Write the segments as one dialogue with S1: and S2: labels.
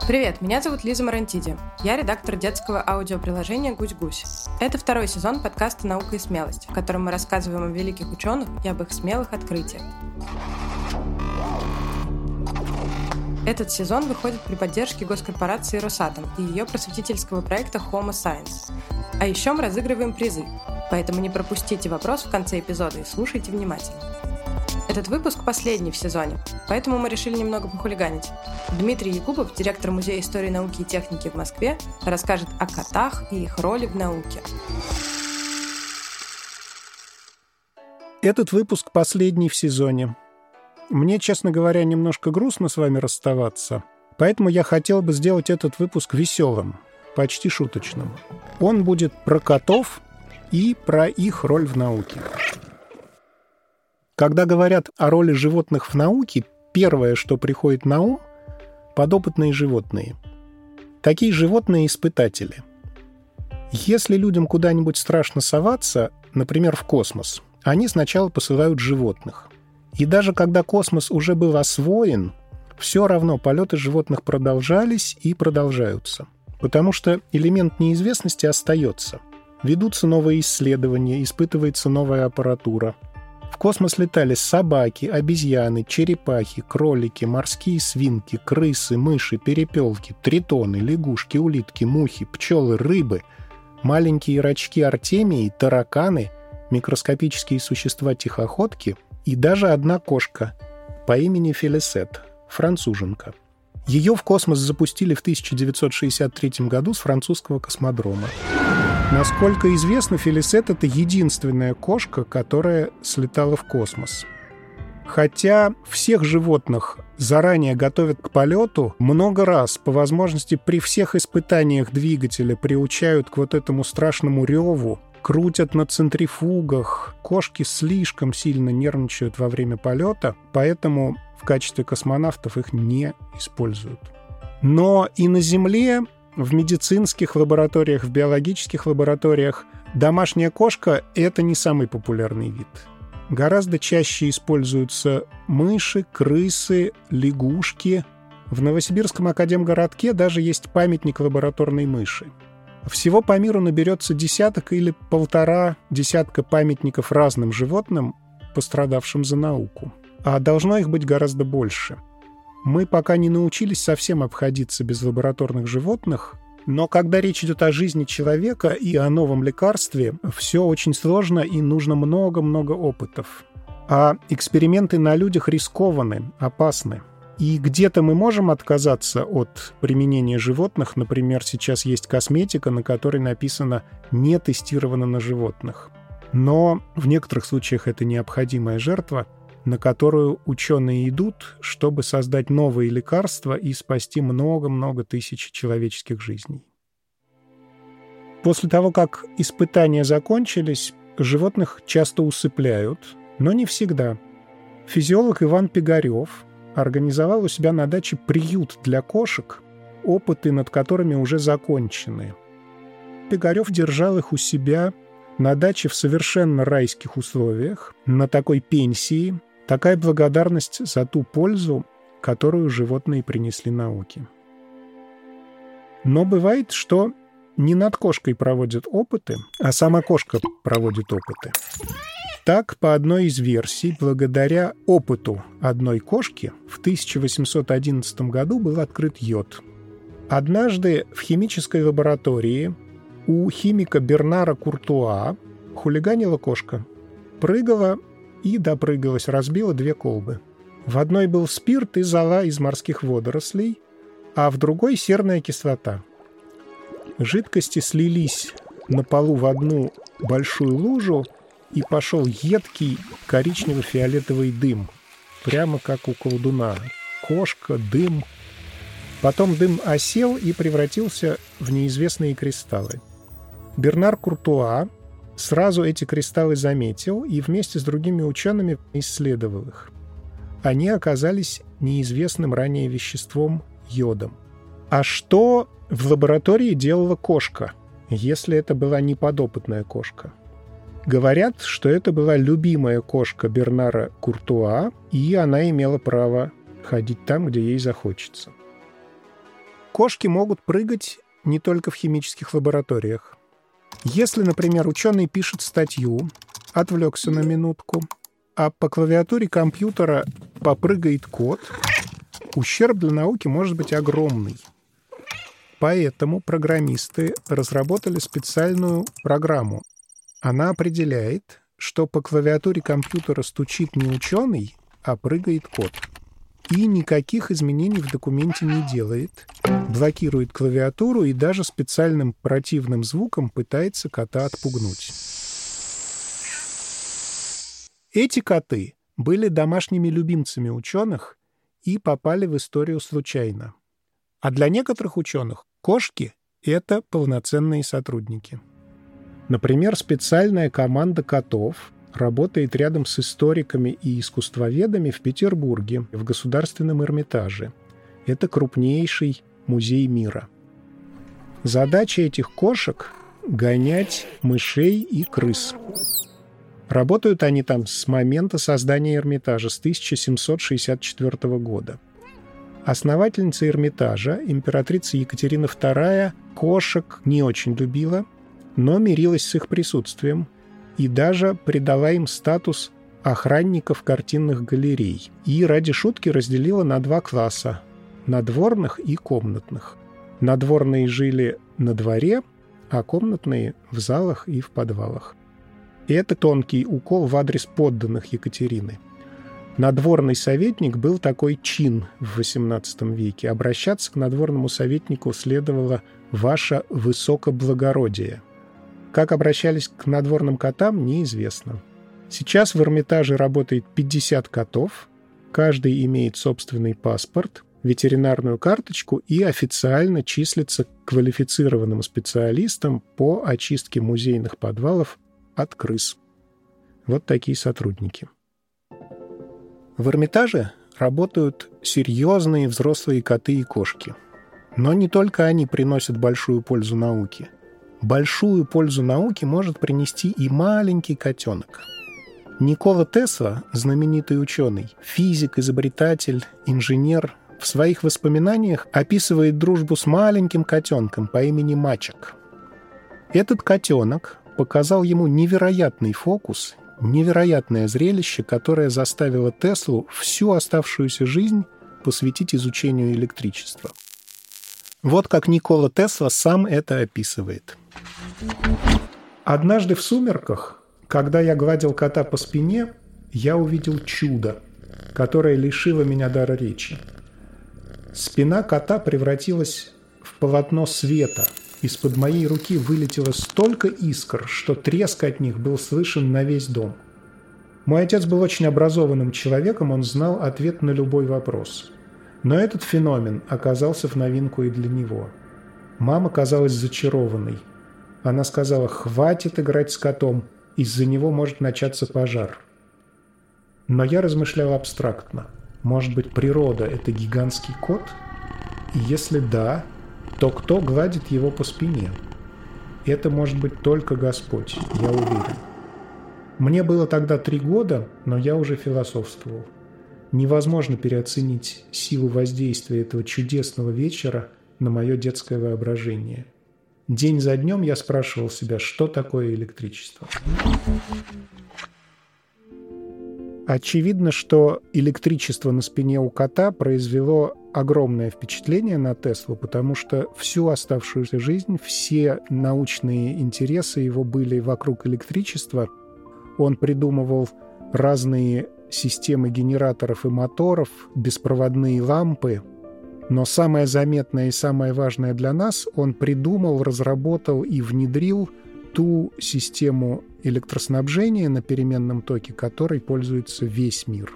S1: Привет, меня зовут Лиза Марантиди. Я редактор детского аудиоприложения «Гусь-Гусь». Это второй сезон подкаста «Наука и смелость», в котором мы рассказываем о великих ученых и об их смелых открытиях. Этот сезон выходит при поддержке госкорпорации «Росатом» и ее просветительского проекта Homo Science. А еще мы разыгрываем призы, поэтому не пропустите вопрос в конце эпизода и слушайте внимательно. Этот выпуск последний в сезоне, поэтому мы решили немного похулиганить. Дмитрий Якубов, директор Музея истории, науки и техники в Москве, расскажет о котах и их роли в науке.
S2: Этот выпуск последний в сезоне. Мне, честно говоря, немножко грустно с вами расставаться, поэтому я хотел бы сделать этот выпуск веселым, почти шуточным. Он будет про котов и про их роль в науке. Когда говорят о роли животных в науке, первое, что приходит на ум – подопытные животные. Такие животные – испытатели. Если людям куда-нибудь страшно соваться, например, в космос, они сначала посылают животных. И даже когда космос уже был освоен, все равно полеты животных продолжались и продолжаются. Потому что элемент неизвестности остается. Ведутся новые исследования, испытывается новая аппаратура. В космос летали собаки, обезьяны, черепахи, кролики, морские свинки, крысы, мыши, перепелки, тритоны, лягушки, улитки, мухи, пчелы, рыбы, маленькие рачки Артемии, тараканы, микроскопические существа-тихоходки и даже одна кошка по имени Фелисет, француженка. Ее в космос запустили в 1963 году с французского космодрома. Насколько известно, Фелисет — это единственная кошка, которая слетала в космос. Хотя всех животных заранее готовят к полету, много раз, по возможности, при всех испытаниях двигателя приучают к вот этому страшному реву, крутят на центрифугах. Кошки слишком сильно нервничают во время полета, поэтому в качестве космонавтов их не используют. Но и на Земле, в медицинских лабораториях, в биологических лабораториях домашняя кошка – это не самый популярный вид. Гораздо чаще используются мыши, крысы, лягушки. В Новосибирском академгородке даже есть памятник лабораторной мыши. Всего по миру наберется десяток или полтора десятка памятников разным животным, пострадавшим за науку. А должно их быть гораздо больше. Мы пока не научились совсем обходиться без лабораторных животных, но когда речь идет о жизни человека и о новом лекарстве, все очень сложно и нужно много-много опытов. А эксперименты на людях рискованы, опасны. И где-то мы можем отказаться от применения животных. Например, сейчас есть косметика, на которой написано «не тестировано на животных». Но в некоторых случаях это необходимая жертва, на которую ученые идут, чтобы создать новые лекарства и спасти много-много тысяч человеческих жизней. После того, как испытания закончились, животных часто усыпляют, но не всегда. Физиолог Иван Пигарев организовал у себя на даче приют для кошек, опыты над которыми уже закончены. Пигарев держал их у себя на даче в совершенно райских условиях, на такой пенсии. Такая благодарность за ту пользу, которую животные принесли науке. Но бывает, что не над кошкой проводят опыты, а сама кошка проводит опыты. Так, по одной из версий, благодаря опыту одной кошки в 1811 году был открыт йод. Однажды в химической лаборатории у химика Бернара Куртуа хулиганила кошка. Прыгала и допрыгалась, разбила 2 колбы. В одной был спирт и зола из морских водорослей, а в другой — серная кислота. Жидкости слились на полу в одну большую лужу, и пошел едкий коричнево-фиолетовый дым, прямо как у колдуна. Кошка, дым. Потом дым осел и превратился в неизвестные кристаллы. Бернар Куртуа сразу эти кристаллы заметил и вместе с другими учеными исследовал их. Они оказались неизвестным ранее веществом йодом. А что в лаборатории делала кошка, если это была не подопытная кошка? Говорят, что это была любимая кошка Бернара Куртуа, и она имела право ходить там, где ей захочется. Кошки могут прыгать не только в химических лабораториях. Если, например, ученый пишет статью, отвлекся на минутку, а по клавиатуре компьютера попрыгает кот, ущерб для науки может быть огромный. Поэтому программисты разработали специальную программу. Она определяет, что по клавиатуре компьютера стучит не ученый, а прыгает кот. И никаких изменений в документе не делает, блокирует клавиатуру и даже специальным противным звуком пытается кота отпугнуть. Эти коты были домашними любимцами ученых и попали в историю случайно. А для некоторых ученых кошки — это полноценные сотрудники. Например, специальная команда котов работает рядом с историками и искусствоведами в Петербурге, в Государственном Эрмитаже. Это крупнейший музей мира. Задача этих кошек — гонять мышей и крыс. Работают они там с момента создания Эрмитажа, с 1764 года. Основательница Эрмитажа, императрица Екатерина II, кошек не очень любила, но мирилась с их присутствием и даже придала им статус охранников картинных галерей. И ради шутки разделила на два класса – надворных и комнатных. Надворные жили на дворе, а комнатные – в залах и в подвалах. И это тонкий укол в адрес подданных Екатерины. Надворный советник был такой чин в XVIII веке. Обращаться к надворному советнику следовало «Ваше высокоблагородие». Как обращались к надворным котам, неизвестно. Сейчас в Эрмитаже работает 50 котов. Каждый имеет собственный паспорт, ветеринарную карточку и официально числится квалифицированным специалистом по очистке музейных подвалов от крыс. Вот такие сотрудники. В Эрмитаже работают серьезные взрослые коты и кошки. Но не только они приносят большую пользу науке. Большую пользу науке может принести и маленький котенок. Никола Тесла, знаменитый ученый, физик, изобретатель, инженер, в своих воспоминаниях описывает дружбу с маленьким котенком по имени Мачек. Этот котенок показал ему невероятный фокус, невероятное зрелище, которое заставило Теслу всю оставшуюся жизнь посвятить изучению электричества. Вот как Никола Тесла сам это описывает. «Однажды в сумерках, когда я гладил кота по спине, я увидел чудо, которое лишило меня дара речи. Спина кота превратилась в полотно света. Из-под моей руки вылетело столько искр, что треск от них был слышен на весь дом. Мой отец был очень образованным человеком, он знал ответ на любой вопрос. Но этот феномен оказался в новинку и для него. Мама казалась зачарованной. Она сказала: «Хватит играть с котом, из-за него может начаться пожар». Но я размышлял абстрактно. Может быть, природа – это гигантский кот? И если да, то кто гладит его по спине? Это может быть только Господь, я уверен. Мне было тогда 3 года, но я уже философствовал. Невозможно переоценить силу воздействия этого чудесного вечера на мое детское воображение. День за днем я спрашивал себя, что такое электричество. Очевидно, что электричество на спине у кота произвело огромное впечатление на Теслу, потому что всю оставшуюся жизнь, все научные интересы его были вокруг электричества. Он придумывал разные системы генераторов и моторов, беспроводные лампы. Но самое заметное и самое важное для нас, он придумал, разработал и внедрил ту систему электроснабжения на переменном токе, которой пользуется весь мир.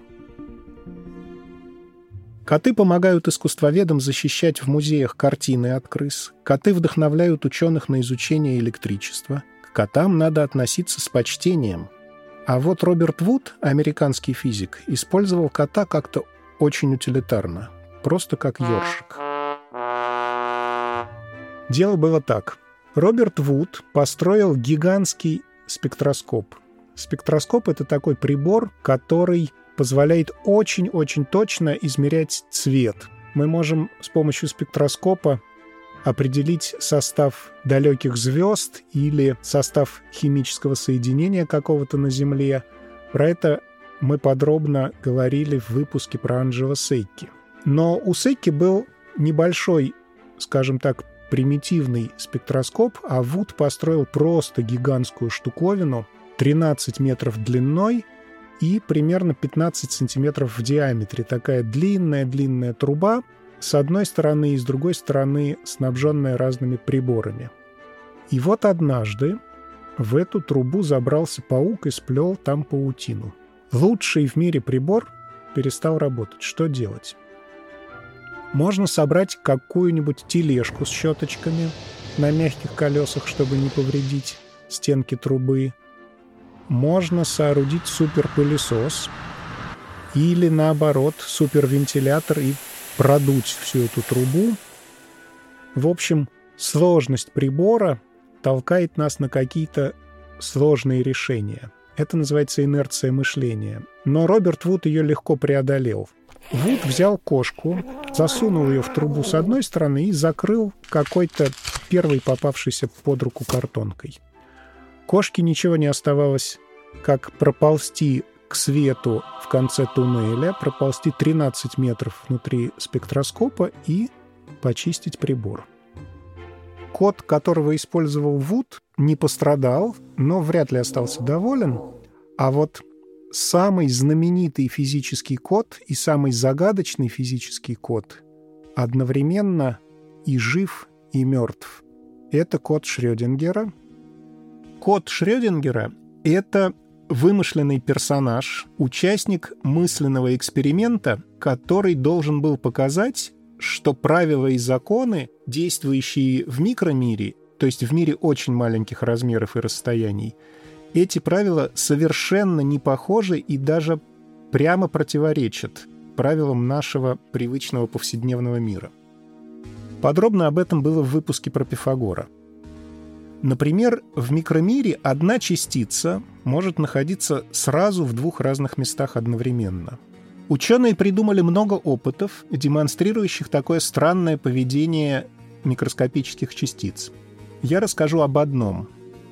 S2: Коты помогают искусствоведам защищать в музеях картины от крыс. Коты вдохновляют ученых на изучение электричества. К котам надо относиться с почтением. А вот Роберт Вуд, американский физик, использовал кота как-то очень утилитарно. Просто как ёршик. Дело было так. Роберт Вуд построил гигантский спектроскоп. Спектроскоп — это такой прибор, который позволяет очень-очень точно измерять цвет. Мы можем с помощью спектроскопа определить состав далеких звезд или состав химического соединения какого-то на Земле. Про это мы подробно говорили в выпуске про Анджело Секки. Но у Секки был небольшой, скажем так, примитивный спектроскоп, а Вуд построил просто гигантскую штуковину 13 метров длиной и примерно 15 сантиметров в диаметре. Такая длинная труба, с одной стороны и с другой стороны снабженная разными приборами. И вот однажды в эту трубу забрался паук и сплел там паутину. Лучший в мире прибор перестал работать. Что делать? Можно собрать какую-нибудь тележку с щеточками на мягких колесах, чтобы не повредить стенки трубы. Можно соорудить суперпылесос или, наоборот, супервентилятор и продуть всю эту трубу. В общем, сложность прибора толкает нас на какие-то сложные решения. Это называется инерция мышления. Но Роберт Вуд ее легко преодолел. Вуд взял кошку, засунул ее в трубу с одной стороны и закрыл какой-то первой попавшейся под руку картонкой. Кошке ничего не оставалось, как проползти к свету в конце туннеля, проползти 13 метров внутри спектроскопа и почистить прибор. Кот, которого использовал Вуд, не пострадал, но вряд ли остался доволен. А вот самый знаменитый физический код и самый загадочный физический код одновременно и жив, и мертв. Это код Шрёдингера. Код Шрёдингера — это вымышленный персонаж, участник мысленного эксперимента, который должен был показать, что правила и законы, действующие в микромире, то есть в мире очень маленьких размеров и расстояний, эти правила совершенно не похожи и даже прямо противоречат правилам нашего привычного повседневного мира. Подробно об этом было в выпуске про Пифагора. Например, в микромире одна частица может находиться сразу в двух разных местах одновременно. Ученые придумали много опытов, демонстрирующих такое странное поведение микроскопических частиц. Я расскажу об одном.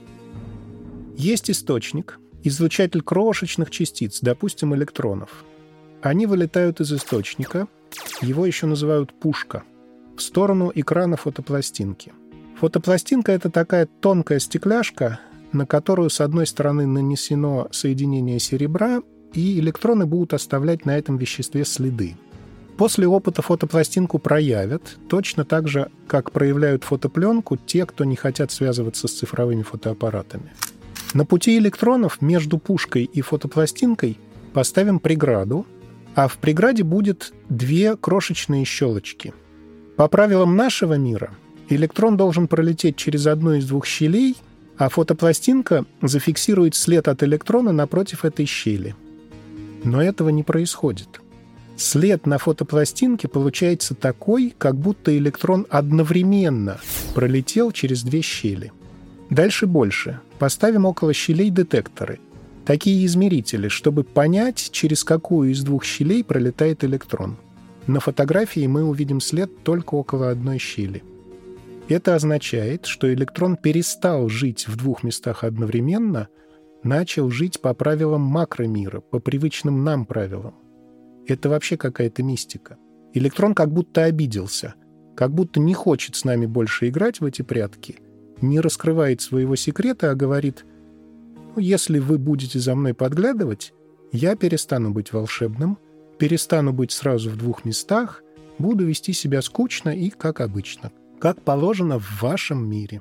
S2: Есть источник, излучатель крошечных частиц, допустим, электронов. Они вылетают из источника, его еще называют пушка, в сторону экрана фотопластинки. Фотопластинка — это такая тонкая стекляшка, на которую с одной стороны нанесено соединение серебра, и электроны будут оставлять на этом веществе следы. После опыта фотопластинку проявят, точно так же, как проявляют фотопленку те, кто не хотят связываться с цифровыми фотоаппаратами. На пути электронов между пушкой и фотопластинкой поставим преграду, а в преграде будет две крошечные щелочки. По правилам нашего мира электрон должен пролететь через одну из двух щелей, а фотопластинка зафиксирует след от электрона напротив этой щели. Но этого не происходит. След на фотопластинке получается такой, как будто электрон одновременно пролетел через две щели. Дальше больше. Поставим около щелей детекторы. Такие измерители, чтобы понять, через какую из двух щелей пролетает электрон. На фотографии мы увидим след только около одной щели. Это означает, что электрон перестал жить в двух местах одновременно, начал жить по правилам макромира, по привычным нам правилам. Это вообще какая-то мистика. Электрон как будто обиделся, как будто не хочет с нами больше играть в эти прятки, не раскрывает своего секрета, а говорит: если вы будете за мной подглядывать, я перестану быть волшебным, перестану быть сразу в двух местах, буду вести себя скучно и как обычно, как положено в вашем мире.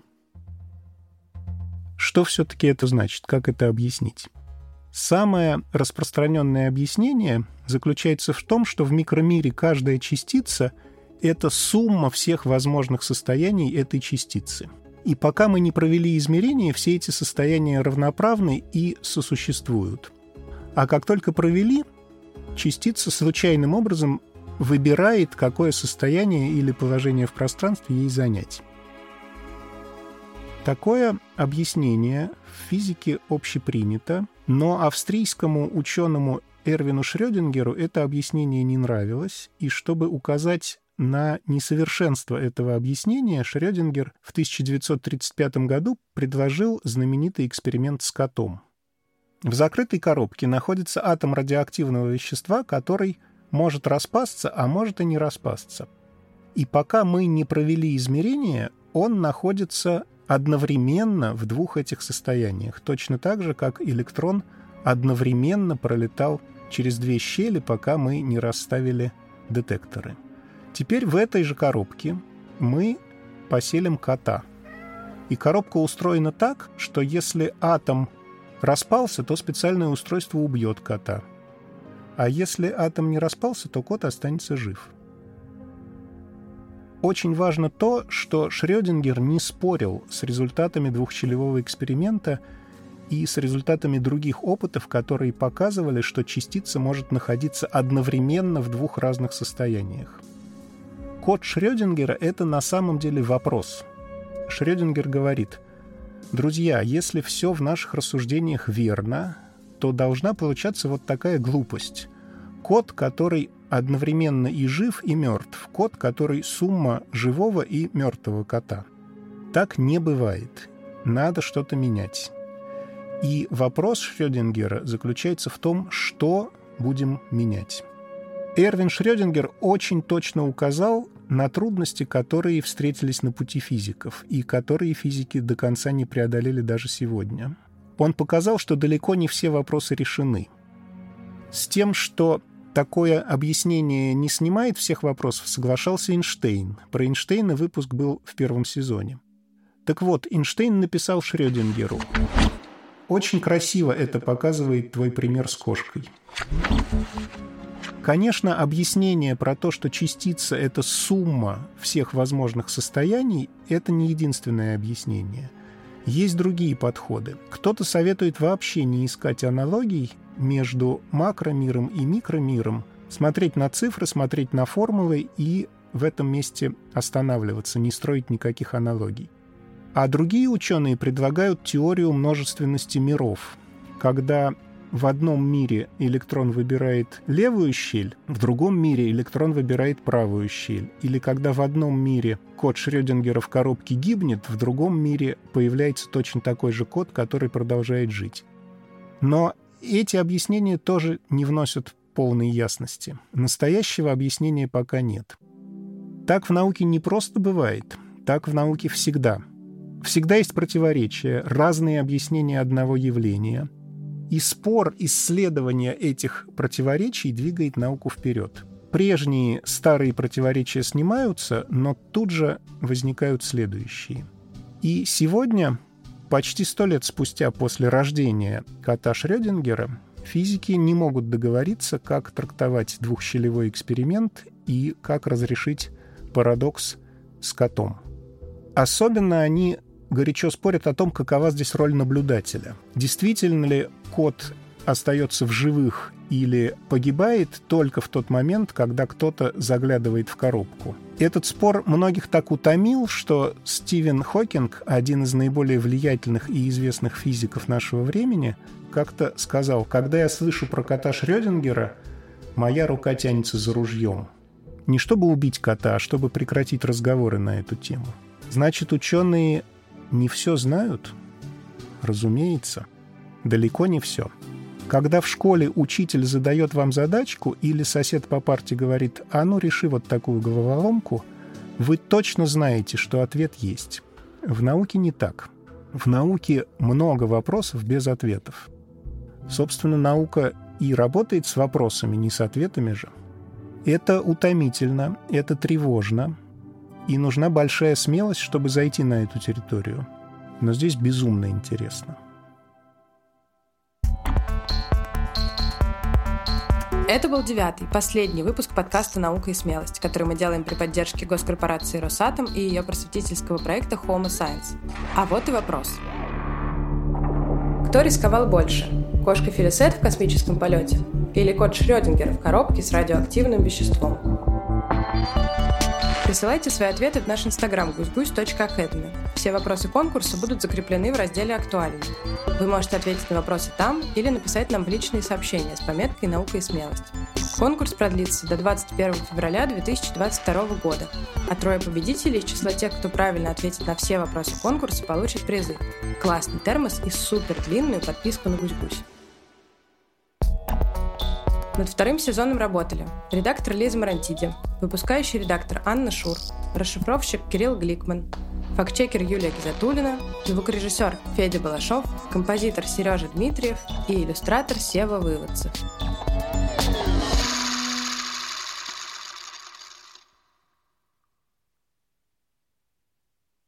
S2: Что все-таки это значит? Как это объяснить? Самое распространенное объяснение заключается в том, что в микромире каждая частица — это сумма всех возможных состояний этой частицы. И пока мы не провели измерения, все эти состояния равноправны и сосуществуют. А как только провели, частица случайным образом выбирает, какое состояние или положение в пространстве ей занять. Такое объяснение в физике общепринято, но австрийскому ученому Эрвину Шрёдингеру это объяснение не нравилось, и чтобы указать на несовершенство этого объяснения Шрёдингер в 1935 году предложил знаменитый эксперимент с котом. В закрытой коробке находится атом радиоактивного вещества, который может распасться, а может и не распасться. И пока мы не провели измерения, он находится одновременно в двух этих состояниях, точно так же, как электрон одновременно пролетал через две щели, пока мы не расставили детекторы. Теперь в этой же коробке мы поселим кота. И коробка устроена так, что если атом распался, то специальное устройство убьет кота. А если атом не распался, то кот останется жив. Очень важно то, что Шрёдингер не спорил с результатами двухщелевого эксперимента и с результатами других опытов, которые показывали, что частица может находиться одновременно в двух разных состояниях. Код Шрёдингера — это на самом деле вопрос. Шрёдингер говорит: друзья, если все в наших рассуждениях верно, то должна получаться вот такая глупость. Кот, который одновременно и жив, и мертв. Кот, который сумма живого и мертвого кота. Так не бывает. Надо что-то менять. И вопрос Шрёдингера заключается в том, что будем менять. Эрвин Шрёдингер очень точно указал на трудности, которые встретились на пути физиков, и которые физики до конца не преодолели даже сегодня. Он показал, что далеко не все вопросы решены. С тем, что такое объяснение не снимает всех вопросов, соглашался Эйнштейн. Про Эйнштейна выпуск был в первом сезоне. Так вот, Эйнштейн написал Шрёдингеру: «Очень красиво это показывает твой пример с кошкой». Конечно, объяснение про то, что частица — это сумма всех возможных состояний, это не единственное объяснение. Есть другие подходы. Кто-то советует вообще не искать аналогий между макромиром и микромиром, смотреть на цифры, смотреть на формулы и в этом месте останавливаться, не строить никаких аналогий. А другие ученые предлагают теорию множественности миров, когда в одном мире электрон выбирает левую щель, в другом мире электрон выбирает правую щель. Или когда в одном мире код Шрёдингера в коробке гибнет, в другом мире появляется точно такой же код, который продолжает жить. Но эти объяснения тоже не вносят полной ясности. Настоящего объяснения пока нет. Так в науке не просто бывает, так в науке всегда. Всегда есть противоречия, разные объяснения одного явления. И спор исследования этих противоречий двигает науку вперед. Прежние старые противоречия снимаются, но тут же возникают следующие. И сегодня, почти 100 лет спустя после рождения кота Шрёдингера, физики не могут договориться, как трактовать двухщелевой эксперимент и как разрешить парадокс с котом. Особенно они горячо спорят о том, какова здесь роль наблюдателя. Действительно ли кот остается в живых или погибает только в тот момент, когда кто-то заглядывает в коробку. Этот спор многих так утомил, что Стивен Хокинг, один из наиболее влиятельных и известных физиков нашего времени, как-то сказал: «Когда я слышу про кота Шрёдингера, моя рука тянется за ружьем». Не чтобы убить кота, а чтобы прекратить разговоры на эту тему. Значит, ученые не все знают? Разумеется, далеко не все. Когда в школе учитель задает вам задачку или сосед по парте говорит: «А ну, реши вот такую головоломку», вы точно знаете, что ответ есть. В науке не так. В науке много вопросов без ответов. Собственно, наука и работает с вопросами, не с ответами же. Это утомительно, это тревожно. И нужна большая смелость, чтобы зайти на эту территорию. Но здесь безумно интересно.
S1: Это был 9-й, последний выпуск подкаста «Наука и смелость», который мы делаем при поддержке госкорпорации «Росатом» и ее просветительского проекта Homo Science. А вот и вопрос. Кто рисковал больше? Кошка Фелисет в космическом полете? Или кот Шрёдингера в коробке с радиоактивным веществом? Присылайте свои ответы в наш инстаграм gusguсь.academy. Все вопросы конкурса будут закреплены в разделе «Актуальные». Вы можете ответить на вопросы там или написать нам в личные сообщения с пометкой «Наука и смелость». Конкурс продлится до 21 февраля 2022 года, а 3 победителей из числа тех, кто правильно ответит на все вопросы конкурса, получат призы. Классный термос и супер длинную подписку на «Гусь-гусь». Над вторым сезоном работали редактор Лиза Марантиди, выпускающий редактор Анна Шур, расшифровщик Кирилл Гликман, фактчекер Юлия Гизатуллина, звукорежиссер Федя Балашов, композитор Сережа Дмитриев и иллюстратор Сева Выводцев.